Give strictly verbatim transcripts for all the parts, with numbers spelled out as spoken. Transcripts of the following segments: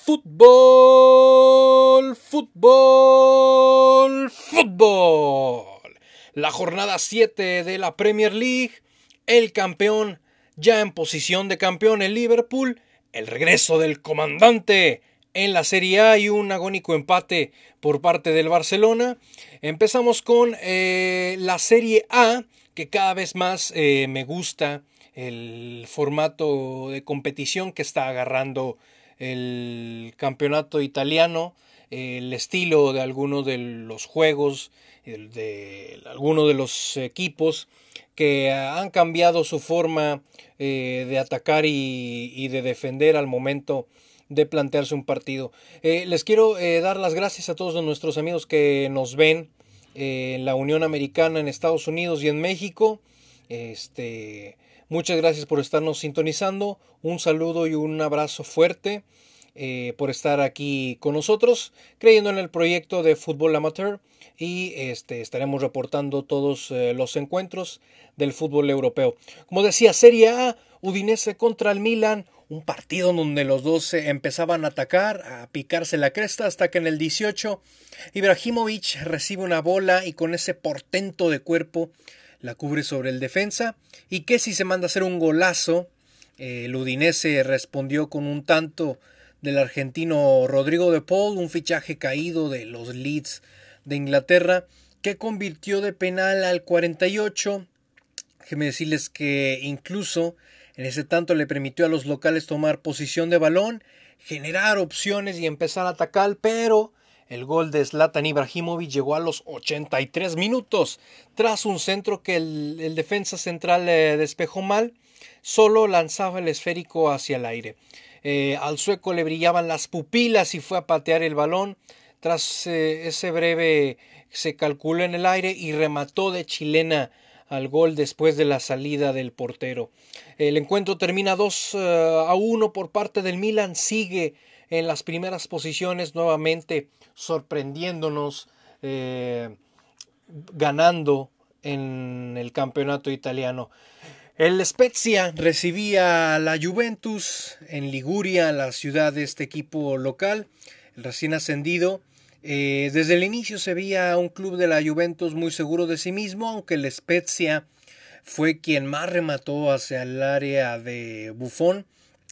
Fútbol, fútbol, fútbol. La jornada siete de la Premier League, el campeón ya en posición de campeón, el Liverpool, el regreso del comandante en la Serie A y un agónico empate por parte del Barcelona. Empezamos con eh, la Serie A, que cada vez más eh, me gusta el formato de competición que está agarrando el campeonato italiano, el estilo de algunos de los juegos, el de algunos de los equipos que han cambiado su forma eh, de atacar y, y de defender al momento de plantearse un partido. Eh, les quiero eh, dar las gracias a todos nuestros amigos que nos ven eh, en la Unión Americana, en Estados Unidos y en México. Este, muchas gracias por estarnos sintonizando. Un saludo y un abrazo fuerte eh, por estar aquí con nosotros, creyendo en el proyecto de fútbol amateur, y este, estaremos reportando todos eh, los encuentros del fútbol europeo. Como decía, Serie A, Udinese contra el Milan, un partido donde los dos empezaban a atacar, a picarse la cresta, hasta que en el dieciocho Ibrahimovic recibe una bola y con ese portento de cuerpo la cubre sobre el defensa, y que si se manda a hacer un golazo. eh, el Udinese respondió con un tanto del argentino Rodrigo de Paul, un fichaje caído de los Leeds de Inglaterra, que convirtió de penal al cuarenta y ocho. Déjenme decirles que incluso en ese tanto le permitió a los locales tomar posición de balón, generar opciones y empezar a atacar, pero el gol de Zlatan Ibrahimovic llegó a los ochenta y tres minutos, tras un centro que el, el defensa central eh, despejó mal, solo lanzaba el esférico hacia el aire. Eh, al sueco le brillaban las pupilas y fue a patear el balón. Tras eh, ese breve se calculó en el aire y remató de chilena al gol después de la salida del portero. El encuentro termina dos a uno por parte del Milan, sigue en las primeras posiciones nuevamente sorprendiéndonos, eh, ganando en el campeonato italiano. El Spezia recibía a la Juventus en Liguria, la ciudad de este equipo local, el recién ascendido. Eh, desde el inicio se veía un club de la Juventus muy seguro de sí mismo, aunque el Spezia fue quien más remató hacia el área de Buffon.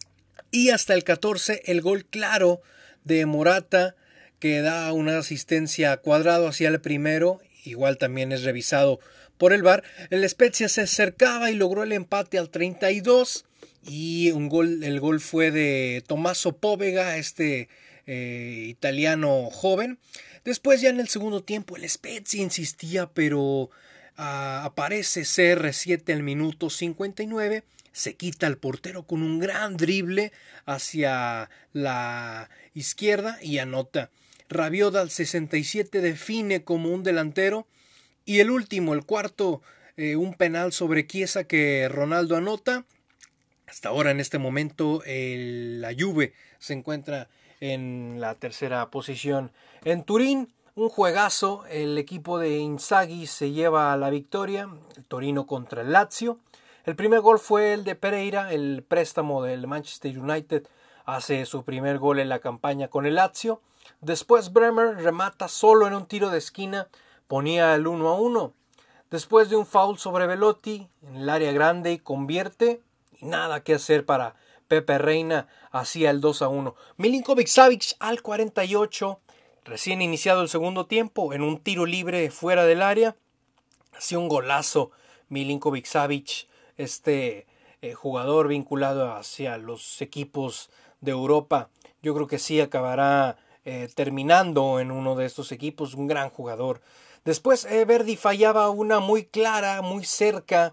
Y hasta el catorce el gol claro de Morata, que da una asistencia a Cuadrado hacia el primero, igual también es revisado por el V A R. El Spezia se acercaba y logró el empate al treinta y dos, y un gol, el gol fue de Tommaso Povega, este eh, italiano joven. Después, ya en el segundo tiempo, el Spezia insistía, pero uh, aparece C R siete al minuto cincuenta y nueve, se quita al portero con un gran drible hacia la izquierda y anota. Rabiot al sesenta y siete define como un delantero. Y el último, el cuarto, eh, un penal sobre Chiesa que Ronaldo anota. Hasta ahora, en este momento, el, la Juve se encuentra en la tercera posición. En Turín, un juegazo, el equipo de Inzaghi se lleva la victoria, el Torino contra el Lazio. El primer gol fue el de Pereira, el préstamo del Manchester United, hace su primer gol en la campaña con el Lazio. Después Bremer remata solo en un tiro de esquina, ponía el uno a uno. Después de un foul sobre Velotti en el área grande y convierte, y nada que hacer para Pepe Reina, hacía el dos a uno. Milinkovic-Savic al cuarenta y ocho, recién iniciado el segundo tiempo, en un tiro libre fuera del área, hacía un golazo Milinkovic-Savic, este eh, jugador vinculado hacia los equipos de Europa. Yo creo que sí acabará eh, terminando en uno de estos equipos, un gran jugador. Después eh, Verdi fallaba una muy clara, muy cerca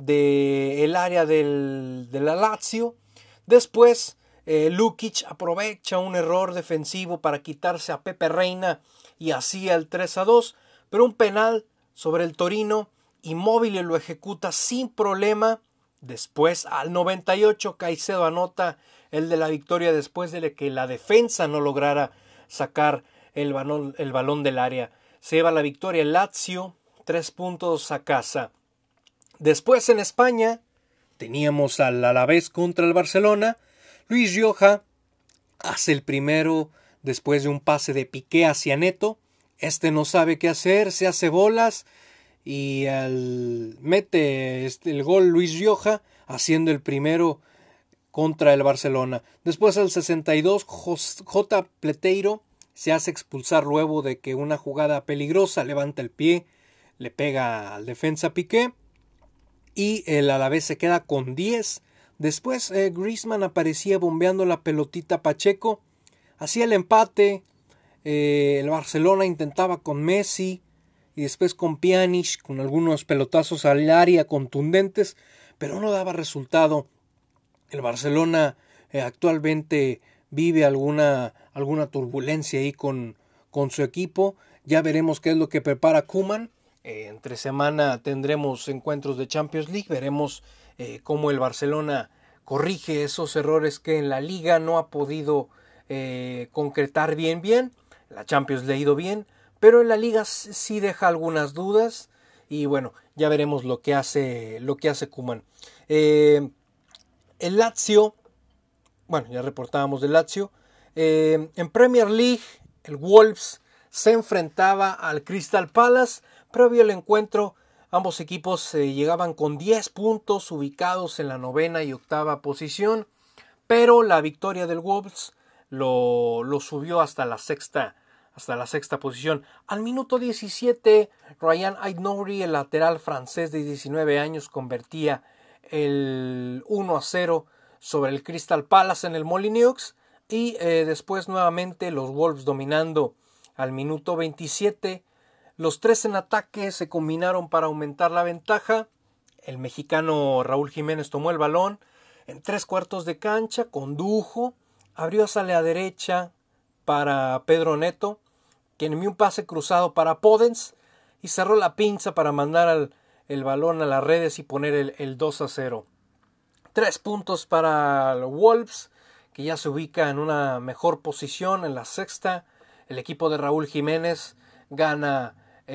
del área del, de la Lazio. Después eh, Lukic aprovecha un error defensivo para quitarse a Pepe Reina y hacía el tres a dos, pero un penal sobre el Torino, Immobile lo ejecuta sin problema. Después, al noventa y ocho, Caicedo anota el de la victoria después de que la defensa no lograra sacar el balón, el balón del área. Se lleva la victoria el Lazio, tres puntos a casa. Después, en España, teníamos al Alavés contra el Barcelona. Luis Rioja hace el primero después de un pase de Piqué hacia Neto. Este no sabe qué hacer, se hace bolas y al, mete este, el gol Luis Rioja, haciendo el primero contra el Barcelona. Después al sesenta y dos, J. Pleteiro se hace expulsar luego de que una jugada peligrosa levanta el pie, le pega al defensa Piqué y el Alavés se queda con diez. Después eh, Griezmann aparecía bombeando la pelotita a Pacheco, hacía el empate. Eh, el Barcelona intentaba con Messi y después con Pjanic, con algunos pelotazos al área contundentes, pero no daba resultado. El Barcelona eh, actualmente vive alguna, alguna turbulencia ahí con, con su equipo. Ya veremos qué es lo que prepara Koeman. Eh, entre semana tendremos encuentros de Champions League. Veremos eh, cómo el Barcelona corrige esos errores que en la Liga no ha podido eh, concretar bien bien. La Champions le ha ido bien, pero en la Liga sí deja algunas dudas. Y bueno, ya veremos lo que hace, lo que hace Koeman. Eh, el Lazio, bueno, ya reportábamos del Lazio. Eh, en Premier League, el Wolves se enfrentaba al Crystal Palace. Previo al encuentro, ambos equipos eh, llegaban con diez puntos, ubicados en la novena y octava posición, pero la victoria del Wolves lo, lo subió hasta la sexta, hasta la sexta posición. Al minuto diecisiete, Ryan Aït-Nouri, el lateral francés de diecinueve años, convertía el uno a cero sobre el Crystal Palace en el Molineux, y eh, después nuevamente los Wolves dominando al minuto veintisiete. Los tres en ataque se combinaron para aumentar la ventaja. El mexicano Raúl Jiménez tomó el balón en tres cuartos de cancha, condujo, abrió hacia la derecha para Pedro Neto, quien envió un pase cruzado para Podence y cerró la pinza para mandar al, el balón a las redes y poner el, el dos a cero. Tres puntos para los Wolves, que ya se ubica en una mejor posición en la sexta. El equipo de Raúl Jiménez gana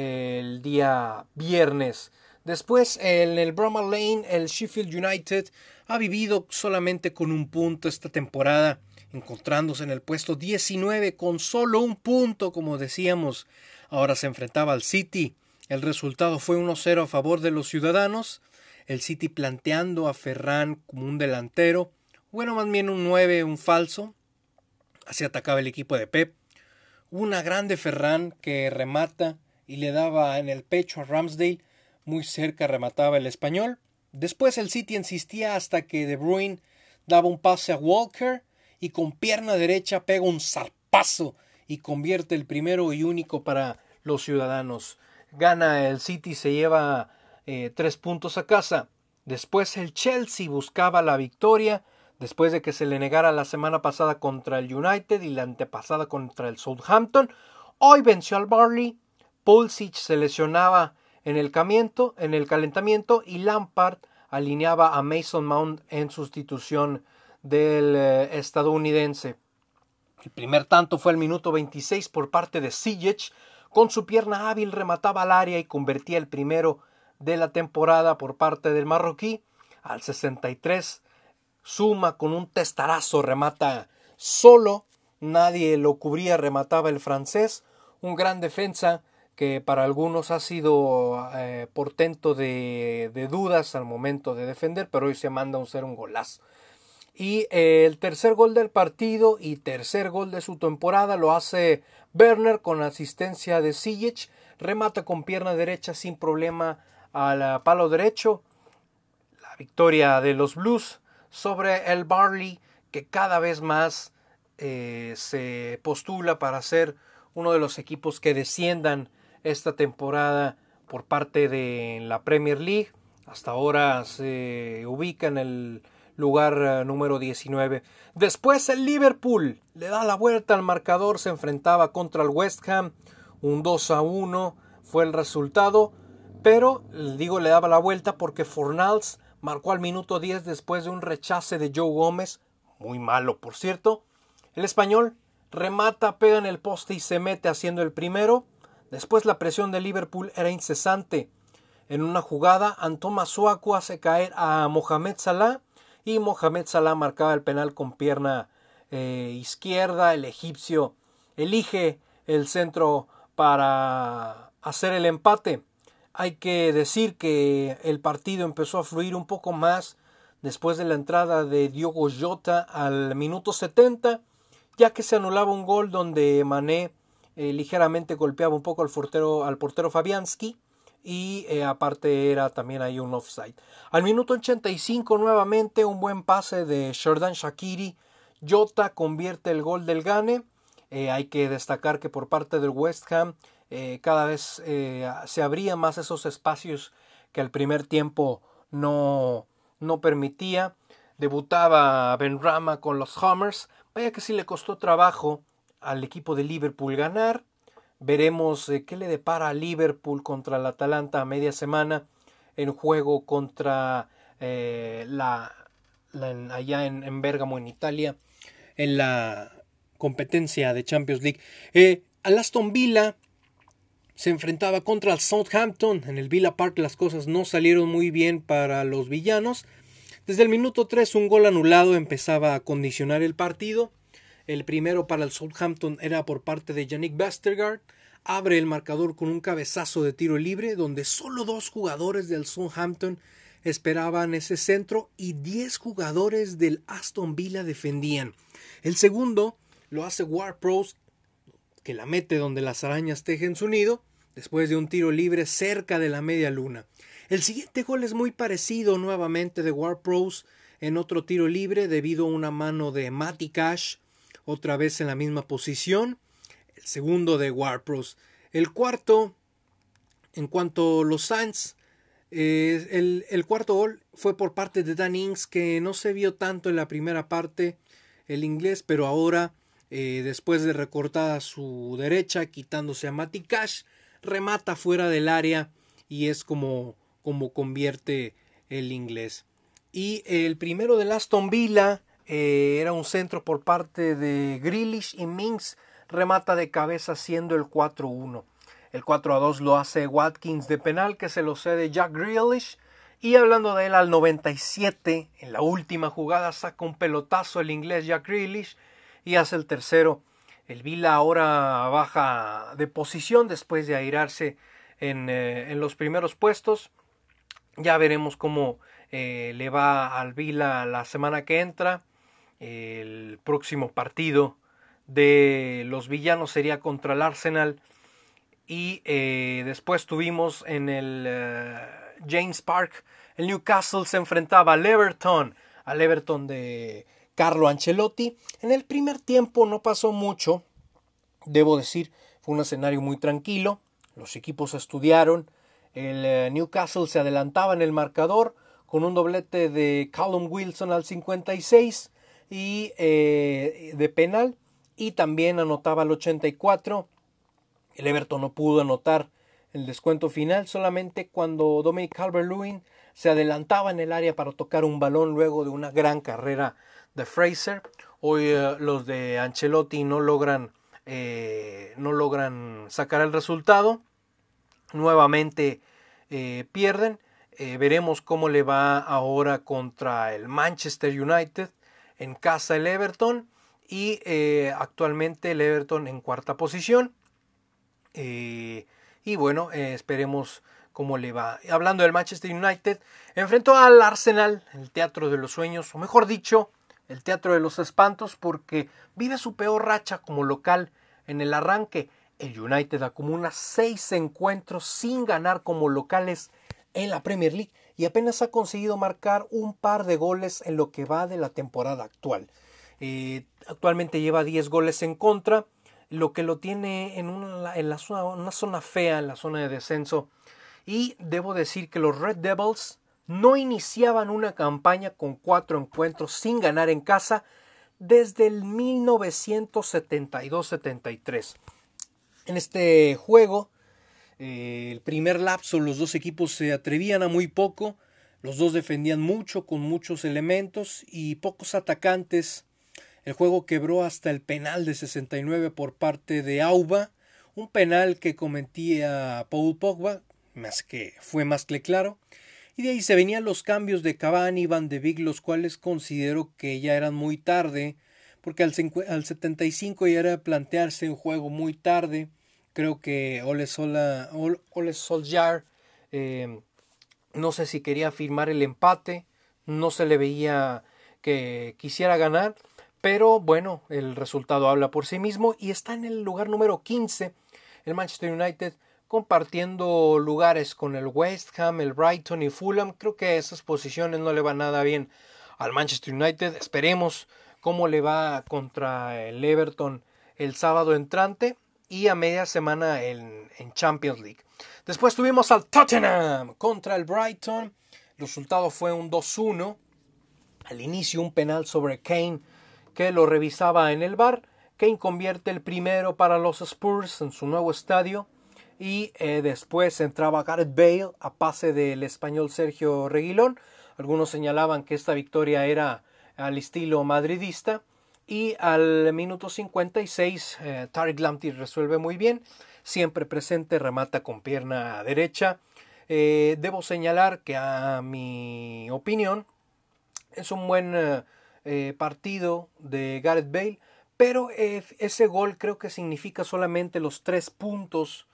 el día viernes. Después en el Bramall Lane, el Sheffield United ha vivido solamente con un punto esta temporada, encontrándose en el puesto diecinueve con solo un punto, como decíamos. Ahora se enfrentaba al City. El resultado fue uno cero a favor de los ciudadanos. El City planteando a Ferran como un delantero, bueno, más bien un nueve, un falso. Así atacaba el equipo de Pep. Una grande Ferran que remata y le daba en el pecho a Ramsdale. Muy cerca remataba el español. Después el City insistía hasta que De Bruyne daba un pase a Walker y con pierna derecha pega un zarpazo y convierte el primero y único para los ciudadanos. Gana el City, se lleva eh, tres puntos a casa. Después el Chelsea buscaba la victoria después de que se le negara la semana pasada contra el United y la antepasada contra el Southampton. Hoy venció al Burnley. Pulisic se lesionaba en el, camiento, en el calentamiento y Lampard alineaba a Mason Mount en sustitución del eh, estadounidense. El primer tanto fue al minuto veintiséis por parte de Ziyech. Con su pierna hábil remataba al área y convertía el primero de la temporada por parte del marroquí. Al sesenta y tres suma con un testarazo, remata solo, nadie lo cubría, remataba el francés. Un gran defensa que para algunos ha sido eh, portento de, de dudas al momento de defender, pero hoy se manda a ser un golazo. Y eh, el tercer gol del partido y tercer gol de su temporada lo hace Werner con asistencia de Ziyech. Remata con pierna derecha sin problema al palo derecho. La victoria de los Blues sobre el Burnley, que cada vez más eh, se postula para ser uno de los equipos que desciendan esta temporada por parte de la Premier League. Hasta ahora se ubica en el lugar número diecinueve. Después el Liverpool le da la vuelta al marcador, se enfrentaba contra el West Ham, un dos a uno fue el resultado, pero digo le daba la vuelta porque Fornals marcó al minuto diez después de un rechace de Joe Gómez, muy malo por cierto. El español remata, pega en el poste y se mete haciendo el primero. Después la presión de Liverpool era incesante. En una jugada, Antón Masuaku hace caer a Mohamed Salah y Mohamed Salah marcaba el penal con pierna eh, izquierda, el egipcio elige el centro para hacer el empate. Hay que decir que el partido empezó a fluir un poco más después de la entrada de Diogo Jota al minuto setenta, ya que se anulaba un gol donde Mané eh, ligeramente golpeaba un poco al portero, al portero Fabianski, y eh, aparte era también ahí un offside. Al minuto ochenta y cinco nuevamente un buen pase de Xherdan Shaqiri. Jota convierte el gol del gane. Eh, hay que destacar que por parte del West Ham eh, cada vez eh, se abrían más esos espacios que al primer tiempo no, no permitía. Debutaba Benrahma con los Hammers. Vaya que sí le costó trabajo al equipo de Liverpool ganar. Veremos eh, qué le depara a Liverpool contra el Atalanta a media semana en juego contra eh, la, la allá en, en Bérgamo, en Italia, en la competencia de Champions League. Eh, al Aston Villa se enfrentaba contra el Southampton. En el Villa Park las cosas no salieron muy bien para los villanos. Desde el minuto tres un gol anulado empezaba a condicionar el partido. El primero para el Southampton era por parte de Yannick Vestergaard. Abre el marcador con un cabezazo de tiro libre donde solo dos jugadores del Southampton esperaban ese centro y diez jugadores del Aston Villa defendían. El segundo lo hace Ward-Prowse, que la mete donde las arañas tejen su nido, después de un tiro libre cerca de la media luna. El siguiente gol es muy parecido nuevamente de Ward-Prowse en otro tiro libre debido a una mano de Matty Cash, otra vez en la misma posición. El segundo de Ward-Prowse. El cuarto, en cuanto a los Saints, eh, el, el cuarto gol fue por parte de Dan Ings, que no se vio tanto en la primera parte el inglés, pero ahora, eh, después de recortada su derecha, quitándose a Matty Cash, remata fuera del área y es como, como convierte el inglés. Y el primero del Aston Villa eh, era un centro por parte de Grealish y Mings remata de cabeza siendo el cuatro uno. El cuatro a dos lo hace Watkins de penal, que se lo cede Jack Grealish. Y hablando de él, al noventa y siete, en la última jugada, saca un pelotazo el inglés Jack Grealish y hace el tercero. El Villa ahora baja de posición después de airarse en, eh, en los primeros puestos. Ya veremos cómo eh, le va al Villa la semana que entra. El próximo partido de los villanos sería contra el Arsenal. Y eh, después tuvimos en el uh, James Park, el Newcastle se enfrentaba al Everton, al Everton de Carlo Ancelotti. En el primer tiempo no pasó mucho, debo decir, fue un escenario muy tranquilo, los equipos estudiaron, el uh, Newcastle se adelantaba en el marcador con un doblete de Callum Wilson al cincuenta y seis y eh, de penal, y también anotaba al ochenta y cuatro. El Everton no pudo anotar el descuento final solamente cuando Dominic Calvert-Lewin se adelantaba en el área para tocar un balón luego de una gran carrera de Fraser. Hoy eh, los de Ancelotti no logran, eh, no logran sacar el resultado. Nuevamente eh, pierden. Eh, veremos cómo le va ahora contra el Manchester United en casa el Everton. Y eh, actualmente el Everton en cuarta posición. Eh, y bueno, eh, esperemos cómo le va. Hablando del Manchester United, enfrentó al Arsenal, el teatro de los sueños, o mejor dicho, el teatro de los espantos, porque vive su peor racha como local. En el arranque, el United acumula seis encuentros sin ganar como locales en la Premier League y apenas ha conseguido marcar un par de goles en lo que va de la temporada actual. Eh, actualmente lleva diez goles en contra, lo que lo tiene en, una, en la zona, una zona fea, en la zona de descenso. Y debo decir que los Red Devils no iniciaban una campaña con cuatro encuentros sin ganar en casa desde el mil novecientos setenta y dos setenta y tres. En este juego, eh, el primer lapso, los dos equipos se atrevían a muy poco. Los dos defendían mucho, con muchos elementos y pocos atacantes. El juego quebró hasta el penal de sesenta y nueve por parte de Auba, un penal que cometía Paul Pogba, más que fue más que claro, y de ahí se venían los cambios de Cavani y Van de Beek, los cuales considero que ya eran muy tarde porque al, al setenta y cinco ya era plantearse un juego muy tarde. Creo que Ole, Sola, Ole Solskjaer eh, no sé si quería firmar el empate, no se le veía que quisiera ganar, pero bueno, el resultado habla por sí mismo y está en el lugar número quince, el Manchester United, compartiendo lugares con el West Ham, el Brighton y Fulham. Creo que esas posiciones no le van nada bien al Manchester United. Esperemos cómo le va contra el Everton el sábado entrante y a media semana en, en Champions League. Después tuvimos al Tottenham contra el Brighton. El resultado fue un dos uno. Al inicio un penal sobre Kane que lo revisaba en el V A R. Kane convierte el primero para los Spurs en su nuevo estadio. Y eh, después entraba Gareth Bale a pase del español Sergio Reguilón. Algunos señalaban que esta victoria era al estilo madridista. Y al minuto cincuenta y seis eh, Tariq Lamptey resuelve muy bien. Siempre presente, remata con pierna derecha. Eh, debo señalar que a mi opinión es un buen eh, partido de Gareth Bale. Pero eh, ese gol creo que significa solamente los tres puntos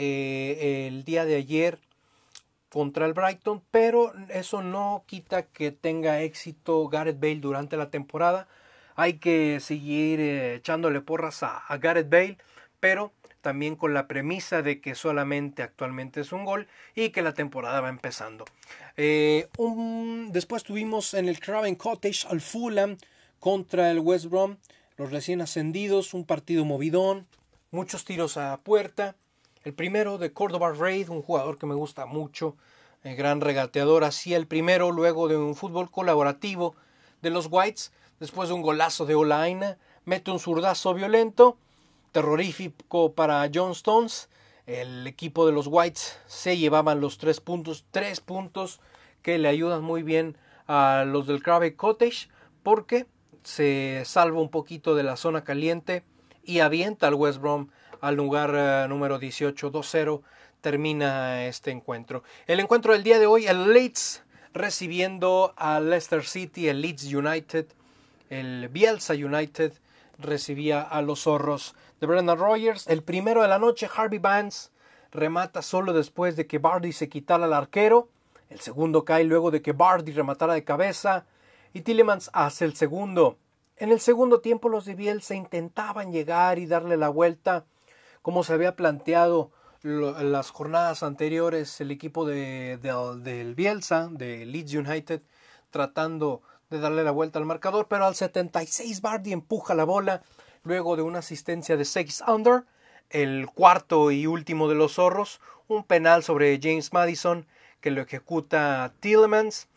eh, el día de ayer contra el Brighton, pero eso no quita que tenga éxito Gareth Bale durante la temporada. Hay que seguir eh, echándole porras a, a Gareth Bale, pero también con la premisa de que solamente actualmente es un gol y que la temporada va empezando. Eh, un, después tuvimos en el Craven Cottage al Fulham contra el West Brom, los recién ascendidos, un partido movidón, muchos tiros a puerta. El primero de Córdoba Reid, un jugador que me gusta mucho, el gran regateador, hacía el primero luego de un fútbol colaborativo de los Whites, después de un golazo de Olaina, mete un zurdazo violento, terrorífico para John Stones. El equipo de los Whites se llevaban los tres puntos, tres puntos que le ayudan muy bien a los del Craven Cottage, porque se salva un poquito de la zona caliente y avienta al West Brom al lugar uh, número dieciocho. Dos cero termina este encuentro. El encuentro del día de hoy, el Leeds recibiendo a Leicester City, el Leeds United, el Bielsa United recibía a los zorros de Brendan Rodgers. El primero de la noche, Harvey Barnes remata solo después de que Vardy se quitara al arquero. El segundo cae luego de que Vardy rematara de cabeza y Tielemans hace el segundo. En el segundo tiempo los de Bielsa intentaban llegar y darle la vuelta, como se había planteado en las jornadas anteriores el equipo de, de, del Bielsa, de Leeds United, tratando de darle la vuelta al marcador, pero al setenta y seis Vardy empuja la bola luego de una asistencia de seis under, el cuarto y último de los zorros, un penal sobre James Maddison que lo ejecuta Tielemans,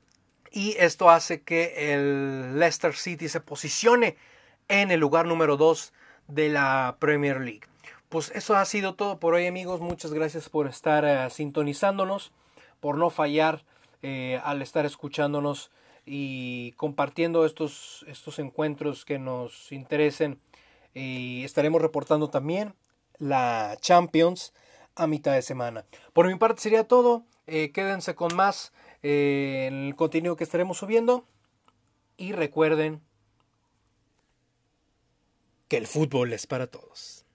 y esto hace que el Leicester City se posicione en el lugar número dos de la Premier League. Pues eso ha sido todo por hoy, amigos. Muchas gracias por estar uh, sintonizándonos, por no fallar eh, al estar escuchándonos y compartiendo estos, estos encuentros que nos interesen. Y estaremos reportando también la Champions a mitad de semana. Por mi parte sería todo. Eh, quédense con más eh, en el contenido que estaremos subiendo. Y recuerden que el fútbol es para todos.